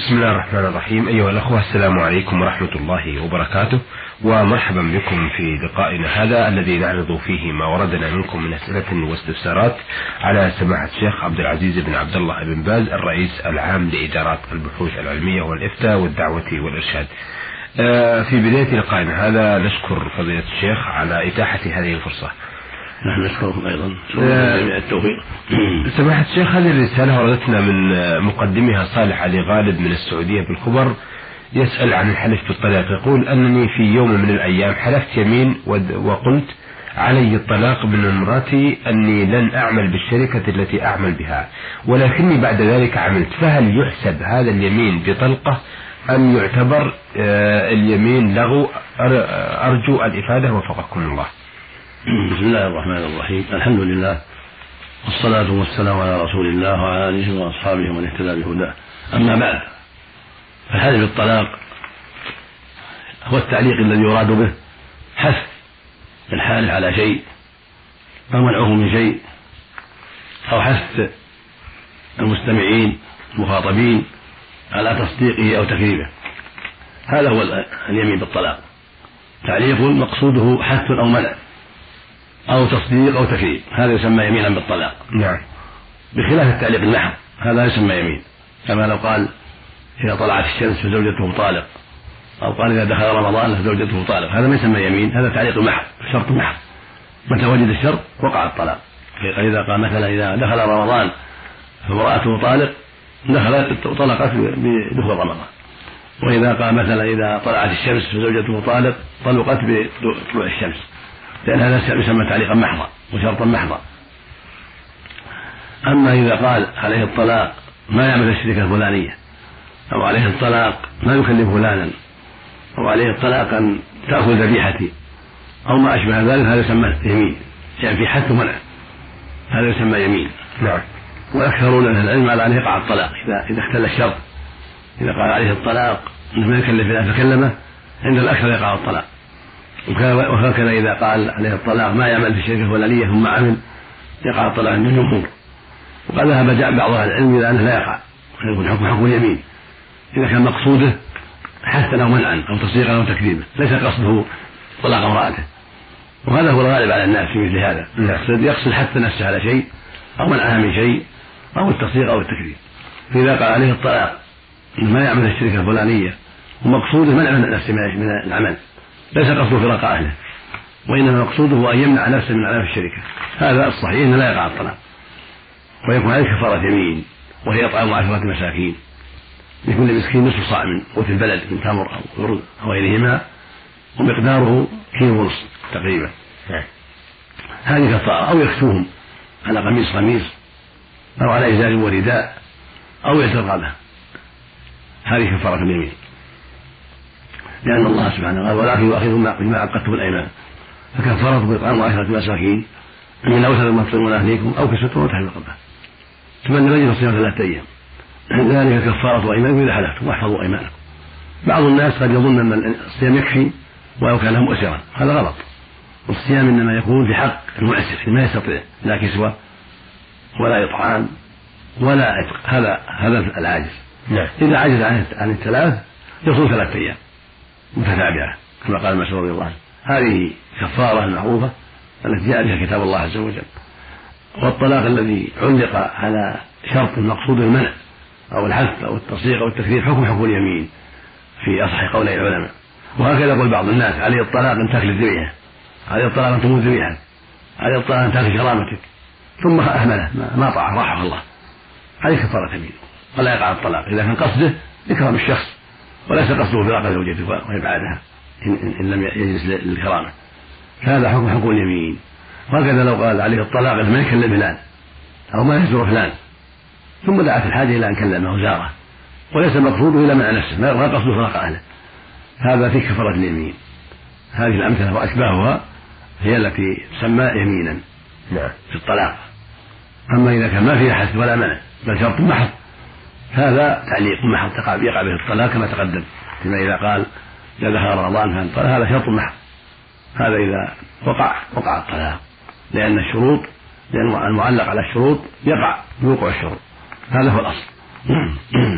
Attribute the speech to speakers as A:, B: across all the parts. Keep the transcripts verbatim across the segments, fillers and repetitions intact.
A: بسم الله الرحمن الرحيم. أيها الأخوة، السلام عليكم ورحمة الله وبركاته، ومرحبا بكم في لقائنا هذا الذي نعرض فيه ما وردنا منكم من أسئلة واستفسارات على سماحة الشيخ عبد العزيز بن عبد الله بن باز، الرئيس العام لإدارات البحوث العلمية والإفتاء والدعوة والإرشاد. في بداية لقائنا هذا نشكر فضيلة الشيخ على إتاحة هذه الفرصة.
B: نحن نشكركم أيضا جميع التوفيق.
A: سماحة الشيخ، هذه الرسالة وردتنا من مقدمها صالح علي غالب من السعودية بالخبر، يسأل عن الحلف بالطلاق. يقول أنني في يوم من الأيام حلفت يمين وقلت علي الطلاق من امرأتي أني لن أعمل بالشركة التي أعمل بها، ولكني بعد ذلك عملت، فهل يحسب هذا اليمين بطلقة أم يعتبر اليمين لغو؟ أرجو الإفادة وفقكم الله.
B: بسم الله الرحمن الرحيم. الحمد لله والصلاة والسلام على رسول الله وعلى آله وأصحابه ومن اهتدى بهداه. أما بعد، فالحلف بالطلاق هو التعليق الذي يراد به حث الحالف على شيء أو منعه من شيء، أو حث المستمعين المخاطبين على تصديقه أو تكذيبه. هذا هو اليمين بالطلاق، تعليق مقصوده حث أو منع أو تصديق أو تكذيب، هذا يسمى يمينا بالطلاق.
A: نعم.
B: بخلاف التعليق المحض، هذا يسمى يمين، كما لو قال إذا طلعت الشمس فزوجته طالق، أو قال إذا دخل رمضان فزوجته طالق، هذا ما يسمى يمين، هذا تعليق محض، شرط محض، متى وجد الشرط وقع الطلاق. فإذا قال مثلا إذا دخل رمضان فامرأته طالق، دخلت طلقت بدخول رمضان. وإذا قال مثلا إذا طلعت الشمس فزوجته طالق، طلقت بطلوع الشمس، لأن هذا يسمى تعليقا محضا وشرطا محضا. أما إذا قال عليه الطلاق ما يعمل الشركة الفلانية، أو عليه الطلاق ما يكلم فلانا، أو عليه الطلاق أن تأخذ ذبيحتي، أو ما أشبه ذلك، هذا يسمى يمين، يعني في حث ومنع، هذا يسمى يمين.
A: نعم.
B: وأكثرون أهل العلم على أن يقع الطلاق إذا إذا اختل الشرط. إذا قال عليه الطلاق أنه ما يكلف فلان فكلمه، عند الأكثر يقع الطلاق. وهكذا إذا قال عليه الطلاق ما يعمل في الشركة الفلانية ثم عمل، يقع الطلاق عند الجمهور. وقد ذهب بعض أهل العلم إلى أنه لا يقع، يكون حكم حكم اليمين إذا كان مقصوده حثا أو منعا أو تصديقا أو تكذيبا، ليس قصده طلاق امرأته. وهذا هو الغالب على الناس في مثل هذا، يقصد يقصد حث نفسه على شيء أو منعها من شيء أو التصديق أو التكذيب. فإذا قال عليه الطلاق ما يعمل الشركة الفلانية ومقصوده منع من نفسه من العمل، ليس قصده فراق أهله، وإنما مقصوده أن يمنع نفسه من عمل الشركة، هذا الصحيح أنه لا يقع الطلاق، ويكون عليه كفارة يمين، وهي إطعام عشرة مساكين لكل مسكين نصف صاع من قوت البلد من تمر أو رز أو غيرهما، ومقداره كيلو ونصف تقريبا. هذه كفارة. أو يكسوهم على قميص قميص، أو على إزار ورداء، أو يعتق به، هذه كفارة اليمين. لأن الله سبحانه قال ولكن يؤاخذهم بما عقدتم الأيمان فكفارته بإطعام عشرة مساكين من أوسط ما تطعمون أهليكم أو كسوتهم وتحرير رقبة، ثم رجل صيام ثلاثة أيام، ذلك كفارة أيمانكم إذا حلفتم واحفظوا أيمانكم. بعض الناس قد يظن أن الصيام يكفي ولو كان مؤسرا، هذا غلط. الصيام إنما يكون في حق المؤسر ما يستطيع لا كسوة ولا إطعام ولا عتق، هذا هذا العاجز.
A: نعم.
B: إذا عجز عن الثلاث يصوم ثلاثة أيام متتابعة كما قال مسعود رضي الله عنه. هذه كفارة المعروفة التي جاء بها كتاب الله عز وجل. والطلاق الذي علق على شرط مقصود المنع أو الحث أو التصديق أو التكذيب حكم حكم اليمين في أصح قولي العلماء. وهكذا يقول بعض الناس عليه الطلاق أن تأكل الذبيحة، عليه الطلاق أن تموت ذبيحة، عليه الطلاق أن تأكل كرامتك، ثم أهمله ما طاع راحه الله، عليه كفارة يمين ولا يقع الطلاق إذا كان قصده إكرام الشخص وليس قصده فراق زوجته وإبعادها إن لم يجلس للكرامة، هذا حكم حكم اليمين. وهكذا لو قال عليه الطلاق ما يكلم فلان أو ما يزور فلان، ثم دعت الحاجة إلى أن كلمه وزاره وليس مقصوده إلا مع نفسه ما قصده فراق أهله، هذا في كفارة اليمين. هذه الأمثلة وأشباهها هي التي تسمى يمينا في الطلاق. أما إذا كان ما فيها حث ولا منع بل شرط محض، هذا تعليق محض يقع به الطلاق كما تقدم، كما إذا قال إذا دخل رمضان فانطلق، هذا شرط محض، هذا إذا وقع وقع الطلاق، لأن الشروط لأن المعلق على الشروط يقع بوقوع الشروط، هذا هو الأصل.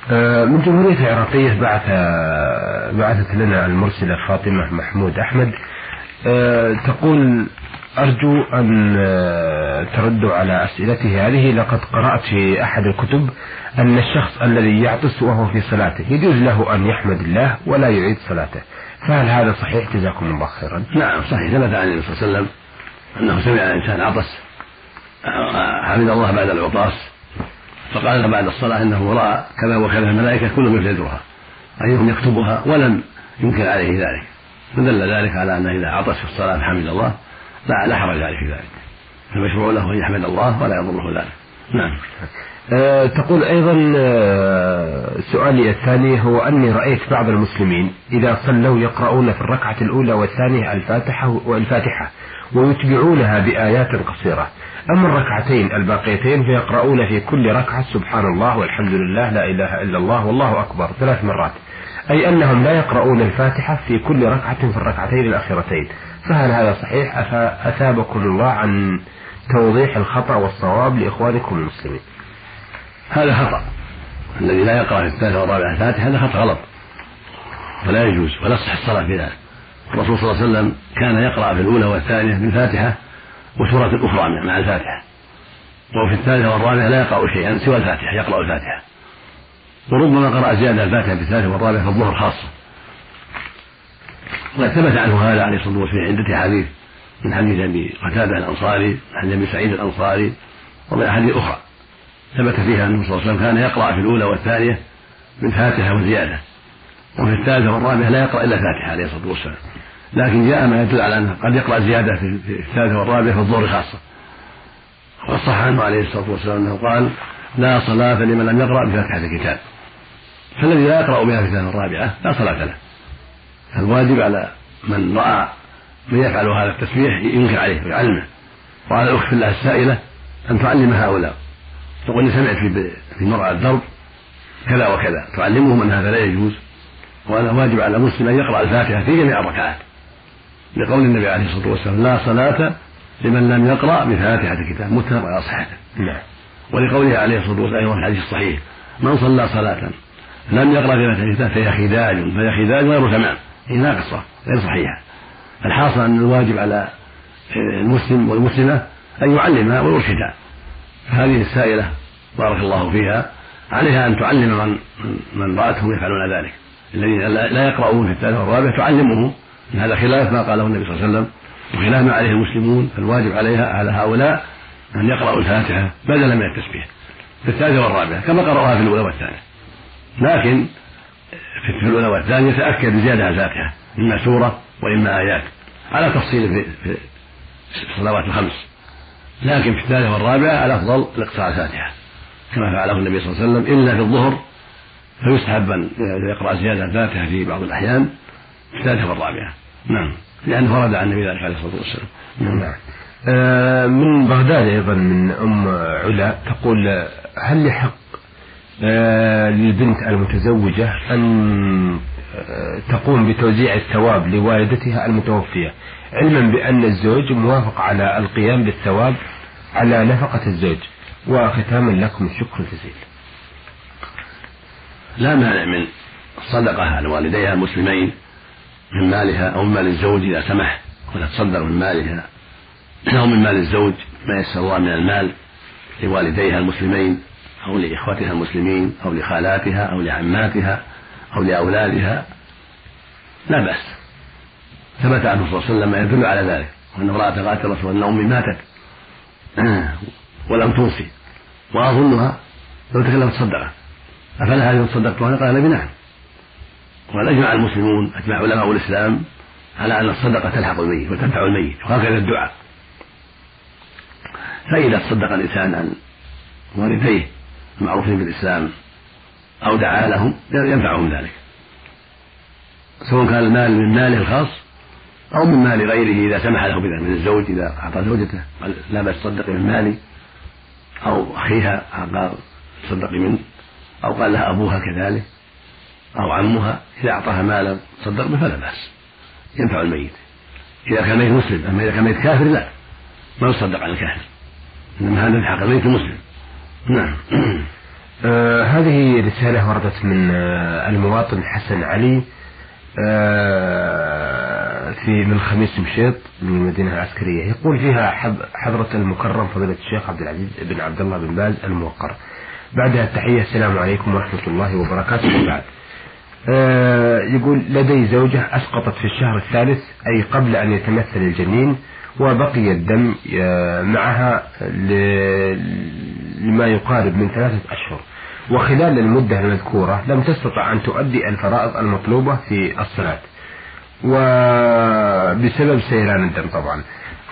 A: من جمهورية العراقية بعث بعثت لنا المرسلة فاطمة محمود أحمد تقول: أرجو أن تردوا على أسئلتي هذه. لقد قرأت في أحد الكتب أن الشخص الذي يعطس وهو في صلاته يجوز له أن يحمد الله ولا يعيد صلاته، فهل هذا صحيح؟ جزاكم الله خيرا.
B: نعم صحيح، ثبت عن النبي صلى الله عليه وسلم أنه سمع إنسان عطس حمد الله بعد العطاس فقال بعد الصلاة إنه رأى كذا وكذا الملائكة كلهم يفجرها أيهم يكتبها ولم ينكر عليه ذلك، فدل ذلك على أنه إذا عطس في الصلاة حمد الله لا لا حرج عليه في ذلك، فالمشروع له أن يحمد الله ولا يضره ذلك. نعم.
A: أه تقول أيضا أه سؤالي الثاني هو أني رأيت بعض المسلمين إذا صلوا يقرؤون في الركعة الأولى والثانية الفاتحة والفاتحة ويتبعونها بآيات قصيرة، أما الركعتين الباقيتين فيقرؤون في كل ركعة سبحان الله والحمد لله لا إله إلا الله والله أكبر ثلاث مرات، أي أنهم لا يقرؤون الفاتحة في كل ركعة في الركعتين الأخيرتين، فهل هذا صحيح؟ أثابكم الله عن توضيح الخطأ والصواب لإخوانكم المسلمين.
B: هذا خطأ، الذي لا يقرأ في الثالثة والرابعة الفاتحة هذا خطأ غلط فلا يجوز ولا تصح الصلاة في ذلك. الرسول صلى الله عليه وسلم كان يقرأ في الأولى والثانية بالفاتحة وسورة أخرى مع الفاتحة، وفي الثالثة والرابعة لا يقرأ شيئا سوى الفاتحة، يقرأ الفاتحة، وربما قرأ زيادة الفاتحة في الثالثة والرابعة في الظهر خاصة، وقد ثبت عنه هذا عليه الصلاة والسلام في عدة حديث، من حديث أبي قتادة الأنصاري، من حديث أبي سعيد الأنصاري، ومن أحاديث أخرى ثبت فيها أنه صلى الله عليه وسلم كان يقرأ في الأولى والثانية بالفاتحة وزيادة، وفي الثالثة والرابعة لا يقرأ إلا الفاتحة عليه الصلاة والسلام، لكن جاء ما يدل على أنه قد يقرأ زيادة في الثالثة والرابعة في الظهر خاصة، وصح عنه عليه الصلاة والسلام أنه قال: لا صلاة لمن لم يقرأ بفاتحة الكتاب، فالذي لا يقرأ بها في الثالثة والرابعة لا صلاة له. فالواجب على من رأى من يفعل هذا التسبيح ينكر عليه ويعلمه، وعلى الأخت في الله السائلة أن تعلم هؤلاء، تقول: سمعت في مرأى الدرب كذا وكذا، تعلمهم أن هذا لا يجوز، وأنا واجب على المسلم أن يقرأ الفاتحة في جميع الركعات، لقول النبي عليه الصلاة والسلام: لا صلاة لمن لم يقرأ بفاتحة الكتاب، متفق على صحته.
A: نعم.
B: ولقوله عليه الصلاة والسلام في الحديث الصحيح: من صلى صلاة لم يقرأ بفاتحة الكتاب فهي خداج فهي خداج غير تمام، هي ناقصة غير صحيحة. الحاصل أن الواجب على المسلم والمسلمة أن يعلمها ويرشدها. هذه السائلة بارك الله فيها عليها أن تعلم من من رأتهم يفعلون ذلك، الذين لا يقرؤون في الثالثة والرابعة تعلمهم، إن هذا خلاف ما قاله النبي صلى الله عليه وسلم وخلاف ما عليه المسلمون، فالواجب عليها على هؤلاء أن يقرأوا الفاتحة بدلا من التسبيح في الثالثة والرابعة كما قرأوها في الأولى والثانية، لكن في الأولى والثانية تأكد بزيادة الفاتحة إما سورة وإما آيات على تفصيل في الصلوات الخمس، لكن في الثالثة والرابعة الأفضل الإقصاء الفاتحة كما فعله النبي صلى الله عليه وسلم، إلا في الظهر فيستحب أن يقرأ زيادة الفاتحة في بعض الأحيان في الثالثة والرابعة. نعم، لأنه ورد عن النبي عليه الصلاة والسلام.
A: نعم. آه من بغداد أيضا من أم علا تقول: هل يحق آه للبنت المتزوجة أن آه تقوم بتوزيع الثواب لوالدتها المتوفية، علما بأن الزوج موافق على القيام بالثواب على نفقة الزوج؟ وختاما لكم الشكر الجزيل.
B: لا مانع من الصدقة على والديها المسلمين من مالها أو من مال الزوج إذا سمح، وتتصدق من مالها أو من مال الزوج ما يسر الله من المال لوالديها المسلمين أو لإخوتها المسلمين أو لخالاتها أو لعماتها أو لأولادها، لا بأس. ثبت عنه صلى الله عليه وسلم ما يدل على ذلك، وأن امرأة قالت رسول أن أمي ماتت ولم توصي وأظنها لو تكلمت صدقة أفلا هذه تصدقت؟ قال النبي: نعم. وقد أجمع المسلمون أجمع علماء الإسلام على أن الصدقة تلحق الميت وتنفع الميت، وهكذا الدعاء. فإذا تصدق الإنسان عن والديه المعروفين بالإسلام أو دعا لهم ينفعهم ذلك، سواء كان المال من ماله الخاص أو من مال غيره إذا سمح له بذلك، من الزوج إذا أعطى زوجته قال: لا بأس تصدقي من مالي، أو أخيها قال: تصدقي منه، أو قال لها أبوها كذلك أو عمها إذا أعطاها مالا تصدق به فلا بأس، ينفع الميت. إذا كان ميت مسلم، أما إذا كان ميت كافر لا، ما يصدق عن الكافر، إنما هذا يلحق الميت المسلم. نعم.
A: آه هذه رسالة وردت من آه المواطن حسن علي آه في من خميس مشيط من المدينة العسكرية، يقول فيها حضرة المكرم فضيلة الشيخ عبد العزيز بن عبد الله بن باز الموقر. بعدها التحية، السلام عليكم ورحمة الله وبركاته. وبعد آه يقول لدي زوجة أسقطت في الشهر الثالث أي قبل أن يتمثل الجنين، وبقي الدم معها لما يقارب من ثلاثة أشهر، وخلال المدة المذكورة لم تستطع أن تؤدي الفرائض المطلوبة في الصلاة وبسبب سيلان الدم طبعا.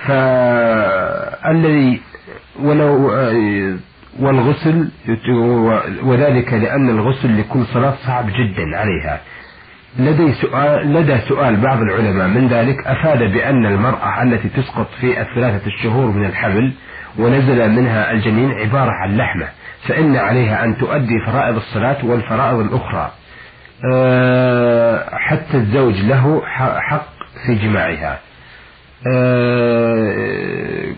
A: فالذي ولو والغسل وذلك لأن الغسل لكل صلاة صعب جدا عليها. لدي سؤال لدى سؤال بعض العلماء من ذلك أفاد بأن المرأة التي تسقط في الثلاثة الشهور من الحمل ونزل منها الجنين عبارة عن لحمة، فإن عليها أن تؤدي فرائض الصلاة والفرائض الأخرى أه حتى الزوج له حق في جماعها. أه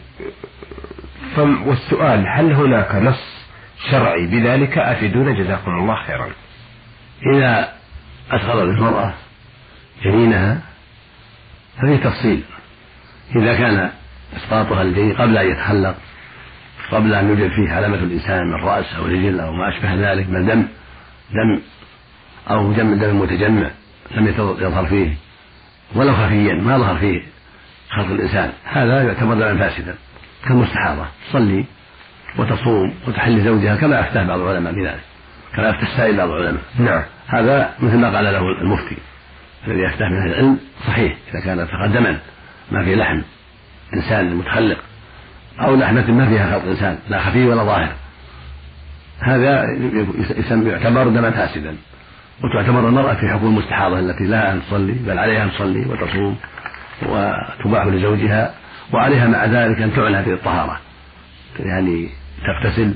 A: والسؤال هل هناك نص شرعي بذلك؟ أفيدونا جزاكم الله خيرا.
B: إذا أسقطت المرأة جنينها ففي تفصيل. إذا كان إسقاطها الجنين قبل أن يتخلق، قبل أن يوجد فيه علامة الإنسان من رأس أو رجل أو ما أشبه ذلك من دم دم أو دم دم متجمع لم يظهر فيه ولو خفيا ما ظهر فيه خلق الإنسان، هذا يعتبر دما فاسدا كالمستحاضة، تصلي وتصوم وتحل زوجها كما أفتاه بعض العلماء بذلك، كما أفتى السائل بعض العلماء.
A: نعم.
B: هذا مثل ما قال له المفتي الذي يفتح من أهل العلم، صحيح إذا كان تقدما ما في لحم إنسان متخلق أو لحمة ما فيها خلق إنسان لا خفي ولا ظاهر، هذا يعتبر دما فاسدا، وتعتبر المرأة في حكم المستحاضة التي لها أن تصلي بل عليها أن تصلي وتصوم وتباح لزوجها، وعليها مع ذلك أن تعلن هذه الطهارة، يعني تغتسل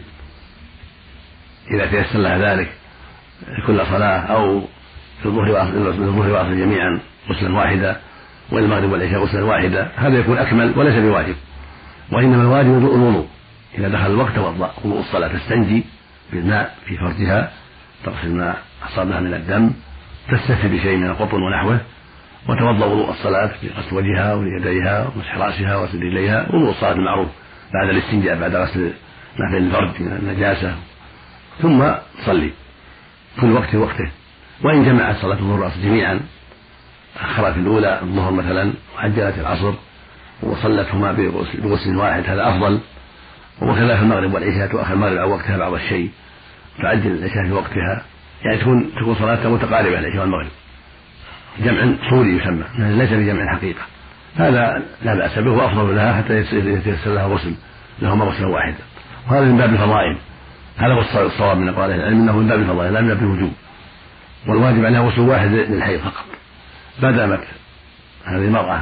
B: إذا تيسر لها ذلك كل صلاة أو في الظهر والعصر جميعا غسلا واحدا والمغرب والعشاء غسلا واحدا، هذا يكون أكمل وليس بواجب، وإنما الواجب الوضوء. إذا دخل الوقت وضوء الصلاة تستنجي بالماء في فرجها، تغسل ما أصابها من الدم، تستفتي بشيء من القطن ونحوه، وتوضأ وضوء الصلاة بغسل وجهها ويديها ومسح رأسها وغسل رجليها، وضوء الصلاة المعروف بعد الاستنجاء بعد غسل ما في الفرج من النجاسة، ثم تصلي كل وقت وقته. وإن جمعت صلاة الظهر والعصر جميعا، أخرت في الأولى الظهر مثلا وعجلت العصر وصلتهما بغسل واحد، هذا أفضل. وكذا في المغرب والعشاء تؤخر المغرب عن وقتها بعض الشيء، تعجل العشاء في وقتها، يعني تكون تكون صلاتها متقاربة العشاء والمغرب، جمع صوري يسمى ليس بجمع حقيقة، هذا لا بأس به وأفضل لها حتى يتيسر لها غسل لهما غسلا واحدا، وهذا من باب الفضائل. هذا هو الصواب من أقوال العلم أنه من باب الفضائل لا من باب الوجوب، والواجب عليها غسل واحد للحيض فقط. ما دامت هذه المرأة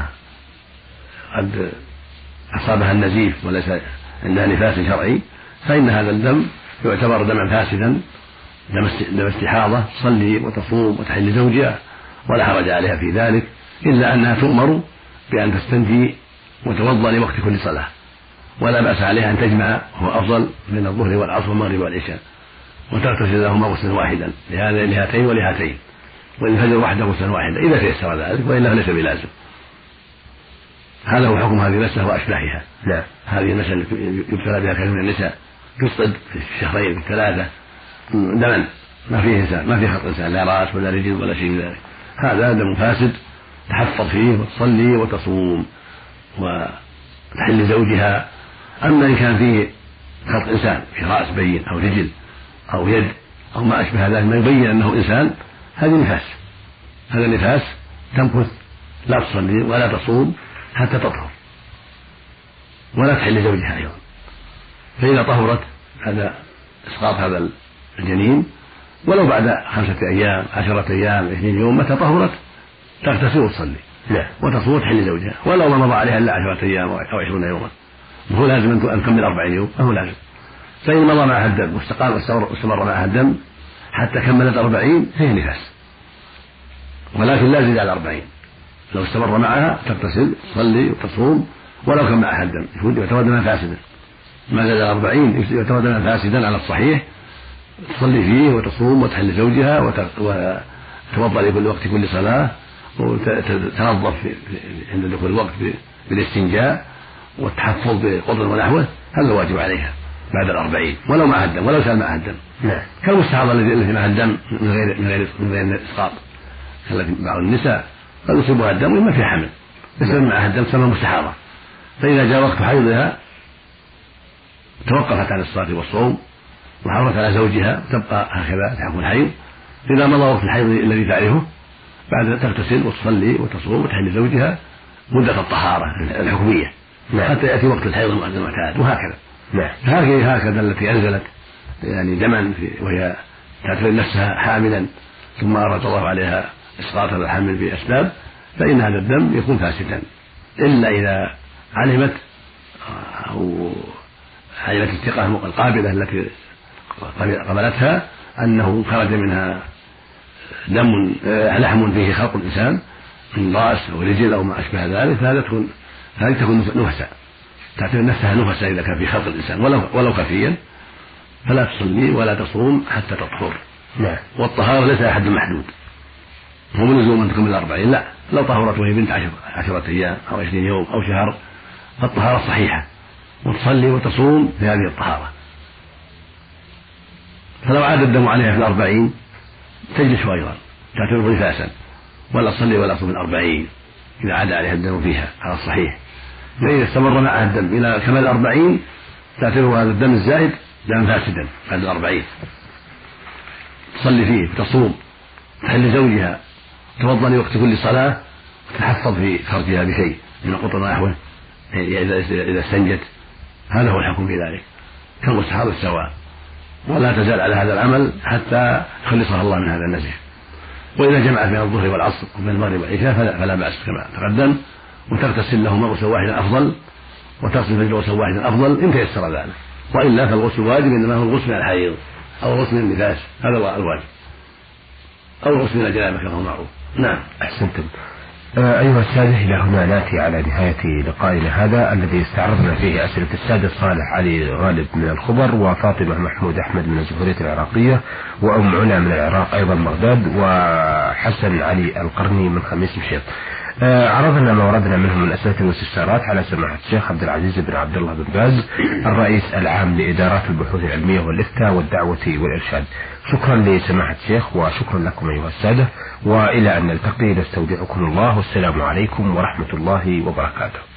B: قد أصابها النزيف وليس عندها نفاس شرعي فإن هذا الدم يعتبر دما فاسدا، دم استحاضة، تصلي وتصوم وتحل زوجها ولا حرج عليها في ذلك، إلا أنها تؤمر بأن تستنجي وتوضأ لوقت كل صلاة، ولا بأس عليها أن تجمع، هو أفضل من الظهر والعصر والمغرب والعشاء، وتغتسل لهما غسلا واحدا لهاتين ولهاتين، وللفجر وحده غسلا واحدا إذا تيسر ذلك، وإلا فليس بلازم. هذا هو حكم هذه المسألة وأشباهها.
A: لا.
B: هذه المسألة يبتلى بها كثير من النساء، يسقط في الشهرين في الثلاثة دما ما فيه إنسان، ما فيه خلق إنسان، لا رأس ولا رجل ولا شيء من ذلك، هذا دم فاسد، تحفظ فيه وتصلي وتصوم وتحل زوجها. أما إن كان فيه خلق إنسان في رأس بين أو رجل أو يد أو ما أشبه ذلك ما يبين أنه إنسان، هذا نفاس، هذا نفاس تمكث لا تصلي ولا تصوم حتى تطهر، ولا تحل زوجها أيضا. فإذا طهرت هذا إسقاط هذا الجنين ولو بعد خمسة أيام عشرة أيام عشرين يوم، متى طهرت تغتسل وتصلي وتصوم وتحل زوجها، ولو ما مضى عليها إلا عشرة أيام أو عشرون يوما، وهو لازم أن تكمل أربعين يوم، أهو لازم. فإن مضى معها الدم واستقام واستمر معها الدم حتى كملت أربعين فهي نفاس، ولكن لا زيد على أربعين. لو استمر معها تغتسل تصلي وتصوم ولو كان معها الدم، يعتبر دما فاسدا. ما زاد على أربعين يعتبر دما فاسدا على الصحيح، تصلي فيه وتصوم وتحل زوجها وتتوضأ لكل وقت كل صلاة وتتنظف عند دخول الوقت بالاستنجاء والتحفظ بقطن ونحوه، هذا الواجب عليها بعد الأربعين ولو معها الدم ولو سال معها الدم.
A: نعم.
B: كالمستحاضة التي معها الدم من غير من غير من غير إسقاط، التي بعض النساء قد يصيبها الدم وما في حمل يصير معها الدم تسمى مستحاضة، فإذا جاء وقت حيضها توقفت عن الصلاة والصوم وحرصت على زوجها تبقى هكذا تحكم الحيض. إذا مضى وقت الحيض الذي تعرفه بعد تغتسل وتصلي وتصوم وتحل زوجها مدة الطهارة الحكمية حتى يأتي وقت الحيض المعتاد، وهكذا. هكذا هكذا التي أنزلت يعني دما وهي تعتبر نفسها حاملا ثم أراد الله عليها إسقاط هذا الحمل بأسباب، فإن هذا الدم يكون فاسدا إلا إذا علمت أو علمت الثقة القابلة التي قبلتها أنه خرج منها دم لحم فيه خلق الإنسان من رأس أو رجل أو ما أشبه ذلك، فهذا تكون هذه تكون نفسا، تعتبر نفسها نفسا إذا كان في خلق الإنسان ولو ولو خفيا، فلا تصلي ولا تصوم حتى تطهر.
A: نعم.
B: والطهارة ليس حد محدود، مو بلزوم أن تكمل الأربعين، لا، لو طهرت وهي بنت عشر عشرة أيام أو عشرين يوم أو شهر فالطهارة صحيحة، وتصلي وتصوم في هذه الطهارة. فلو عاد الدم عليها في الأربعين تجلس أيضا تعتبره نفاسا ولا تصلي ولا تصوم الأربعين إذا عاد عليها الدم فيها على الصحيح. فإذا استمر معها الدم إلى كمال الأربعين تعتبر هذا الدم الزائد دم فاسدا بعد الأربعين، تصلي فيه وتصوم تحل زوجها توضأ لوقت كل صلاة وتحفظ في فرجها بشيء من القطن ونحوه إذا استنجت، هذا هو الحكم في ذلك كالمستحاضة سواء، ولا تزال على هذا العمل حتى يخلصها الله من هذا النزع. وإذا جمعت بين الظهر والعصر وبين المغرب والعشاء فلا بأس كما تقدم، وتغتسل لهما غسل واحد أفضل وتغسل الفجر غسل واحد أفضل إن تيسر ذلك، وإلا فالغسل واجب إنما هو الغسل من الحيض أو الغسل من النفاس، هذا هو الواجب، أو الغسل من الجنابة كما هو معروف. نعم.
A: أحسنتم. آه أيها السادة، إلى هنا نأتي على نهاية لقائنا هذا الذي استعرضنا فيه أسئلة السادة صالح علي غالب من الخبر، وفاطمة محمود أحمد من الجمهورية العراقية، وأم علا من العراق أيضا بغداد، وحسن علي القرني من خميس مشيط. آه عرضنا ما وردنا منهم من أسئلة والاستفسارات على سماحة الشيخ عبد العزيز بن عبد الله بن باز الرئيس العام لإدارات البحوث العلمية والإفتاء والدعوة والإرشاد. شكرا لسماحة الشيخ وشكرا لكم أيها السادة، وإلى أن نلتقي نستودعكم الله، والسلام عليكم ورحمة الله وبركاته.